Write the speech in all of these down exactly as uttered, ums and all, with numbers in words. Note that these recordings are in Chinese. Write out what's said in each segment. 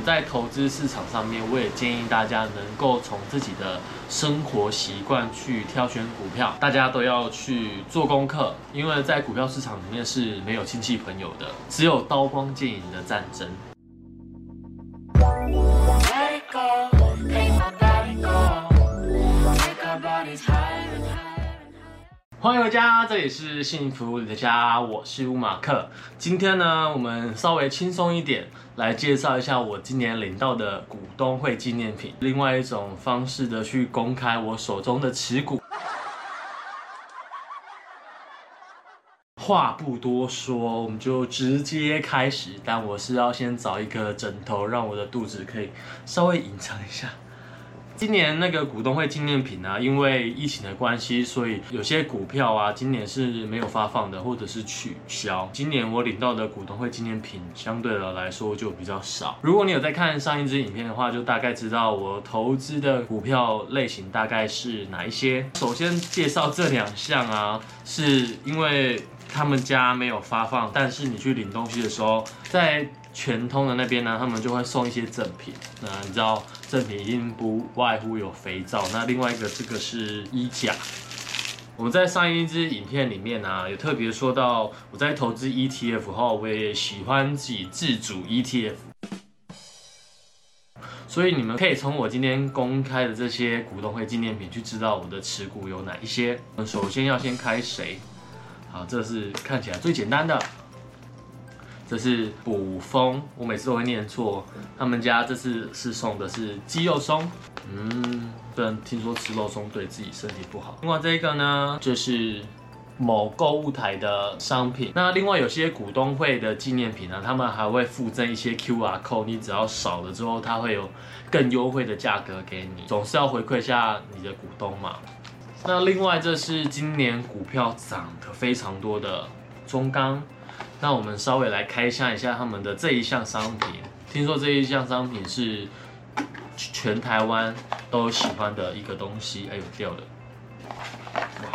们在投资市场上面，我也建议大家能够从自己的生活习惯去挑选股票，大家都要去做功课，因为在股票市场里面是没有亲戚朋友的，只有刀光剑影的战争。欢迎回家，这里是幸福里的家，我是乌马克。今天呢，我们稍微轻松一点，来介绍一下我今年领到的股东会纪念品，另外一种方式的去公开我手中的持股。话不多说，我们就直接开始。但我是要先找一个枕头，让我的肚子可以稍微隐藏一下。今年那个股东会纪念品啊，因为疫情的关系，所以有些股票啊，今年是没有发放的，或者是取消。今年我领到的股东会纪念品相对的来说就比较少。如果你有在看上一支影片的话，就大概知道我投资的股票类型大概是哪一些。首先介绍这两项啊，是因为他们家没有发放，但是你去领东西的时候，在全通的那边呢，他们就会送一些赠品。那你知道赠品一定不外乎有肥皂，那另外一个这个是衣架。我们在上一支影片里面啊，有特别说到我在投资 E T F 后，我也喜欢自己自主 E T F。所以你们可以从我今天公开的这些股东会纪念品去知道我的持股有哪一些。首先要先开谁？好，这是看起来最简单的。这是卜蜂，我每次都会念错。他们家这次是送的是鸡肉松，嗯，不然听说吃肉松对自己身体不好。另外这个呢，这是某购物台的商品。那另外有些股东会的纪念品呢，他们还会附赠一些 Q R code， 你只要扫了之后，它会有更优惠的价格给你，总是要回馈一下你的股东嘛。那另外这是今年股票涨得非常多的中钢。那我们稍微来开箱一下他们的这一项商品。听说这一项商品是全台湾都喜欢的一个东西。哎呦，掉了！哇，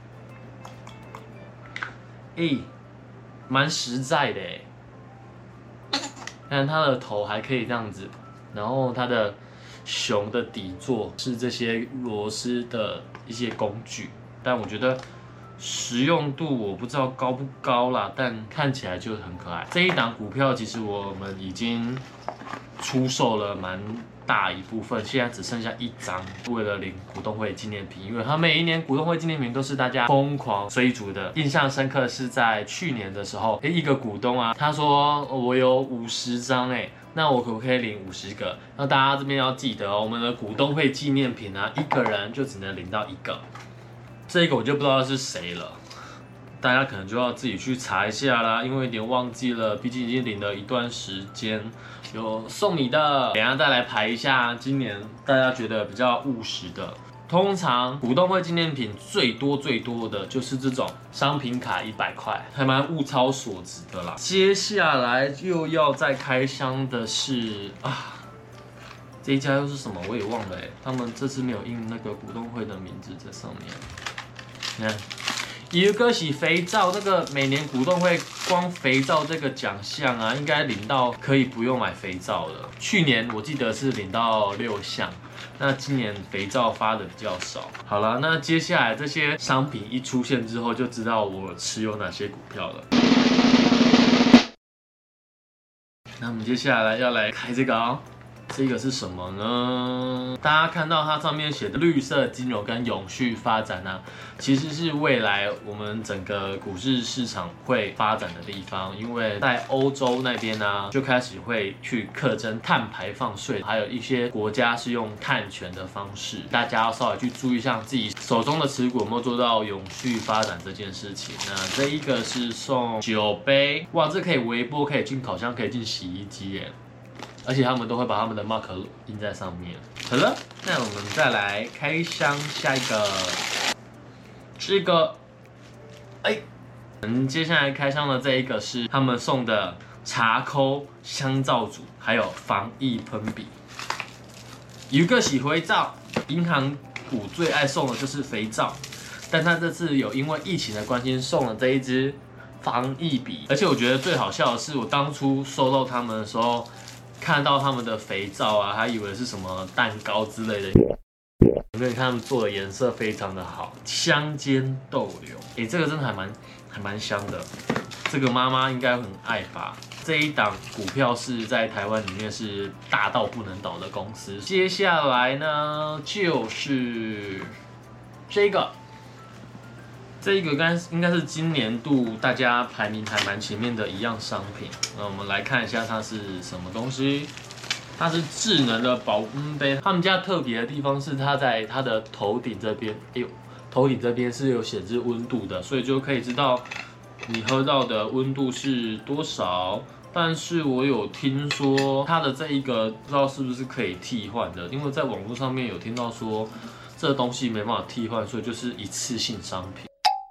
哎，蛮实在的哎。看它的头还可以这样子，然后它的熊的底座是这些螺丝的一些工具，但我觉得实用度我不知道高不高啦，但看起来就很可爱。这一档股票其实我们已经出售了蛮大一部分，现在只剩下一张，为了领股东会纪念品，因为它每一年股东会纪念品都是大家疯狂追逐的。印象深刻是在去年的时候，哎，一个股东啊，他说我有五十张哎。那我可不可以领五十个？那大家这边要记得哦，我们的股东会纪念品啊，一个人就只能领到一个。这个我就不知道是谁了，大家可能就要自己去查一下啦，因为有点忘记了，毕竟已经领了一段时间。有送你的，等一下再来排一下今年大家觉得比较务实的。通常股东会纪念品最多最多的就是这种商品卡一百块，还蛮物超所值的啦。接下来又要再开箱的是啊。这一家又是什么？我也忘了哎。他们这次没有印那个股东会的名字在上面。你看，有个是肥皂，那个每年股东会光肥皂这个奖项啊，应该领到可以不用买肥皂了。去年我记得是领到六项，那今年肥皂发的比较少。好了，那接下来这些商品一出现之后，就知道我持有哪些股票了。那我们接下来要来开这个哦。这个是什么呢？大家看到它上面写的绿色金融跟永续发展啊，其实是未来我们整个股市市场会发展的地方。因为在欧洲那边呢、啊，就开始会去课征碳排放税，还有一些国家是用碳权的方式，大家要稍微去注意一下自己手中的持股有没有做到永续发展这件事情。那这一个是送酒杯，哇，这可以微波，可以进烤箱，可以进洗衣机耶。而且他们都会把他们的 mark 印在上面。好了，那我们再来开箱下一个，这个，哎，嗯，接下来开箱的这一个是他们送的茶抠香皂组，还有防疫喷笔。有一个洗肥皂，银行股最爱送的就是肥皂，但他这次有因为疫情的关系送了这一支防疫笔，而且我觉得最好笑的是，我当初收到他们的时候。 看到他们的肥皂啊，还以为是什么蛋糕之类的。我跟你看他们做的颜色非常的好，香煎豆柳，诶，这个真的还蛮还蛮香的，这个妈妈应该很爱吧。这一档股票是在台湾里面是大到不能倒的公司。接下来呢，就是这个。这个该应该是今年度大家排名还蛮前面的一样商品。那我们来看一下它是什么东西。它是智能的保温杯。他们家特别的地方是它在它的头顶这边，哎呦，头顶这边是有显示温度的，所以就可以知道你喝到的温度是多少。但是我有听说它的这一个不知道是不是可以替换的，因为在网络上面有听到说这个东西没办法替换，所以就是一次性商品。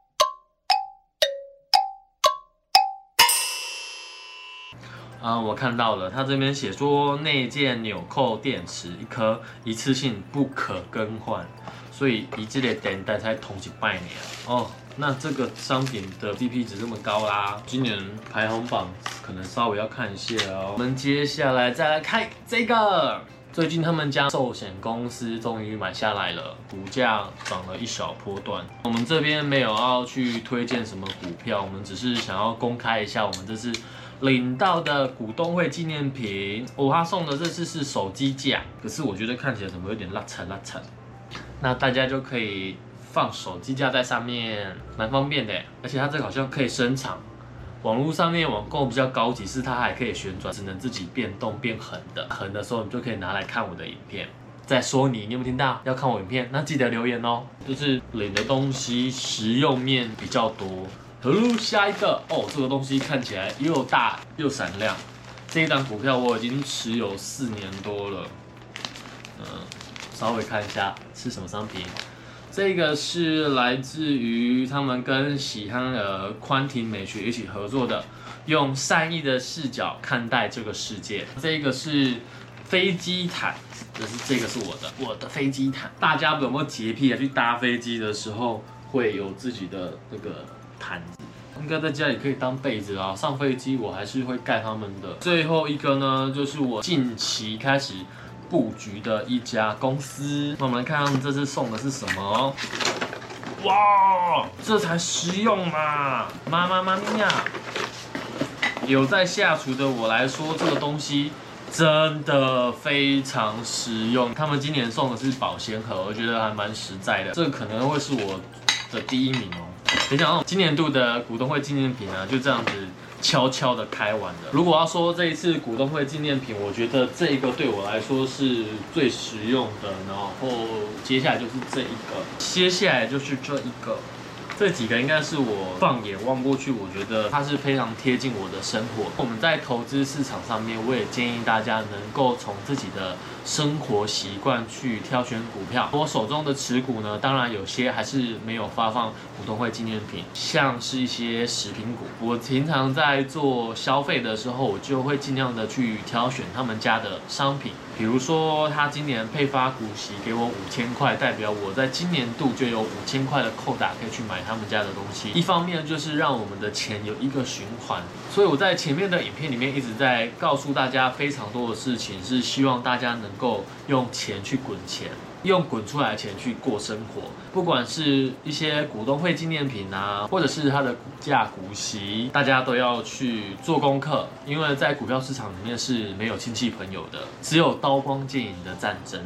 啊，我看到了，它这边写说内建纽扣电池一颗，一次性不可更换，所以一这个电袋才同一百年哦。那这个商品的 C P 值这么高啦，今年排行榜可能稍微要看一下哦。我们接下来再来看这个，最近他们家寿险公司终于买下来了，股价涨了一小波段。我们这边没有要去推荐什么股票，我们只是想要公开一下，我们这次领到的股东会纪念品。哦，他送的这次是手机架，可是我觉得看起来怎么有点拉惨拉惨。那大家就可以放手机架在上面，蛮方便的，而且它这个好像可以伸长。网络上面网购比较高级，是它还可以旋转，只能自己变动变横的。横的时候你就可以拿来看我的影片。再说你，你有没有听到？要看我影片，那记得留言哦。就是领的东西实用面比较多。好，下一个哦，这个东西看起来又大又闪亮。这一档股票我已经持有四年多了。嗯，稍微看一下是什么商品。这个是来自于他们跟喜憨儿宽庭美学一起合作的，用善意的视角看待这个世界。这个是飞机毯，就是这个是我的我的飞机毯。大家有没有洁癖啊？去搭飞机的时候会有自己的那个毯子，应该在家里可以当被子啊。上飞机我还是会盖他们的。最后一个呢，就是我近期开始布局的一家公司。那我们来看看这次送的是什么。哇，这才实用嘛！妈妈妈咪呀！有在下厨的我来说，这个东西真的非常实用。他们今年送的是保鲜盒，我觉得还蛮实在的。这个可能会是我的第一名哦。没想到今年度的股东会纪念品啊，就这样子悄悄的开完了。如果要说这一次股东会纪念品，我觉得这一个对我来说是最实用的。然后接下来就是这一个，接下来就是这一个。这几个应该是我放眼望过去，我觉得它是非常贴近我的生活。我们在投资市场上面，我也建议大家能够从自己的生活习惯去挑选股票。我手中的持股呢，当然有些还是没有发放股东会纪念品，像是一些食品股。我平常在做消费的时候，我就会尽量的去挑选他们家的商品。比如说，他今年配发股息给我五千块，代表我在今年度就有五千块的扣打可以去买他们家的东西。一方面就是让我们的钱有一个循环，所以我在前面的影片里面一直在告诉大家非常多的事情，是希望大家能够用钱去滚钱。用滚出来的钱去过生活，不管是一些股东会纪念品啊，或者是它的股价股息，大家都要去做功课，因为在股票市场里面是没有亲戚朋友的，只有刀光剑影的战争。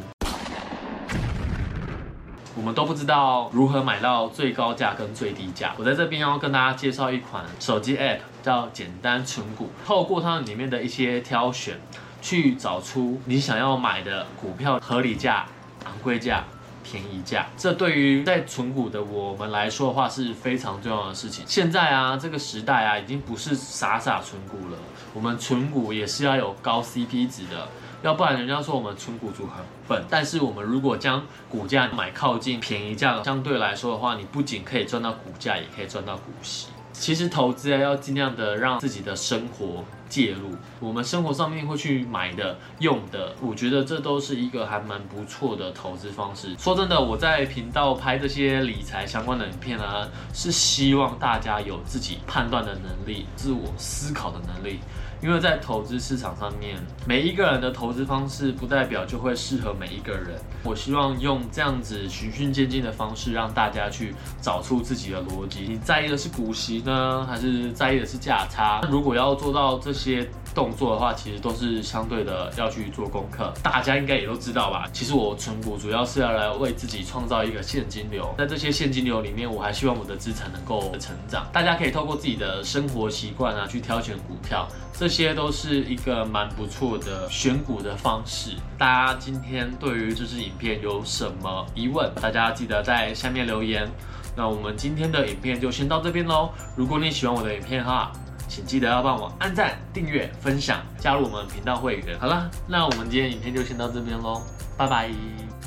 我们都不知道如何买到最高价跟最低价。我在这边要跟大家介绍一款手机 App， 叫简单存股，透过它们里面的一些挑选，去找出你想要买的股票合理价、昂贵价、便宜价。这对于在存股的我们来说的话是非常重要的事情。现在啊，这个时代啊，已经不是傻傻存股了，我们存股也是要有高 C P 值的，要不然人家说我们存股族很笨。但是我们如果将股价买靠近便宜价，相对来说的话，你不仅可以赚到股价，也可以赚到股息。其实投资啊，要尽量的让自己的生活介入，我们生活上面会去买的、用的，我觉得这都是一个还蛮不错的投资方式。说真的，我在频道拍这些理财相关的影片啊，是希望大家有自己判断的能力、自我思考的能力， 因为在投资市场上面，每一个人的投资方式不代表就会适合每一个人。我希望用这样子循序渐进的方式，让大家去找出自己的逻辑。你在意的是股息呢，还是在意的是价差？如果要做到这些动作的话，其实都是相对的要去做功课。大家应该也都知道吧？其实我存股主要是要来为自己创造一个现金流，在这些现金流里面，我还希望我的资产能够成长。大家可以透过自己的生活习惯啊，去挑选股票，这些都是一个蛮不错的选股的方式。大家今天对于这支影片有什么疑问？大家记得在下面留言。那我们今天的影片就先到这边喽。如果你喜欢我的影片哈，请记得要帮我按赞、订阅、分享，加入我们频道会员。好啦，那我们今天影片就先到这边喽，拜拜。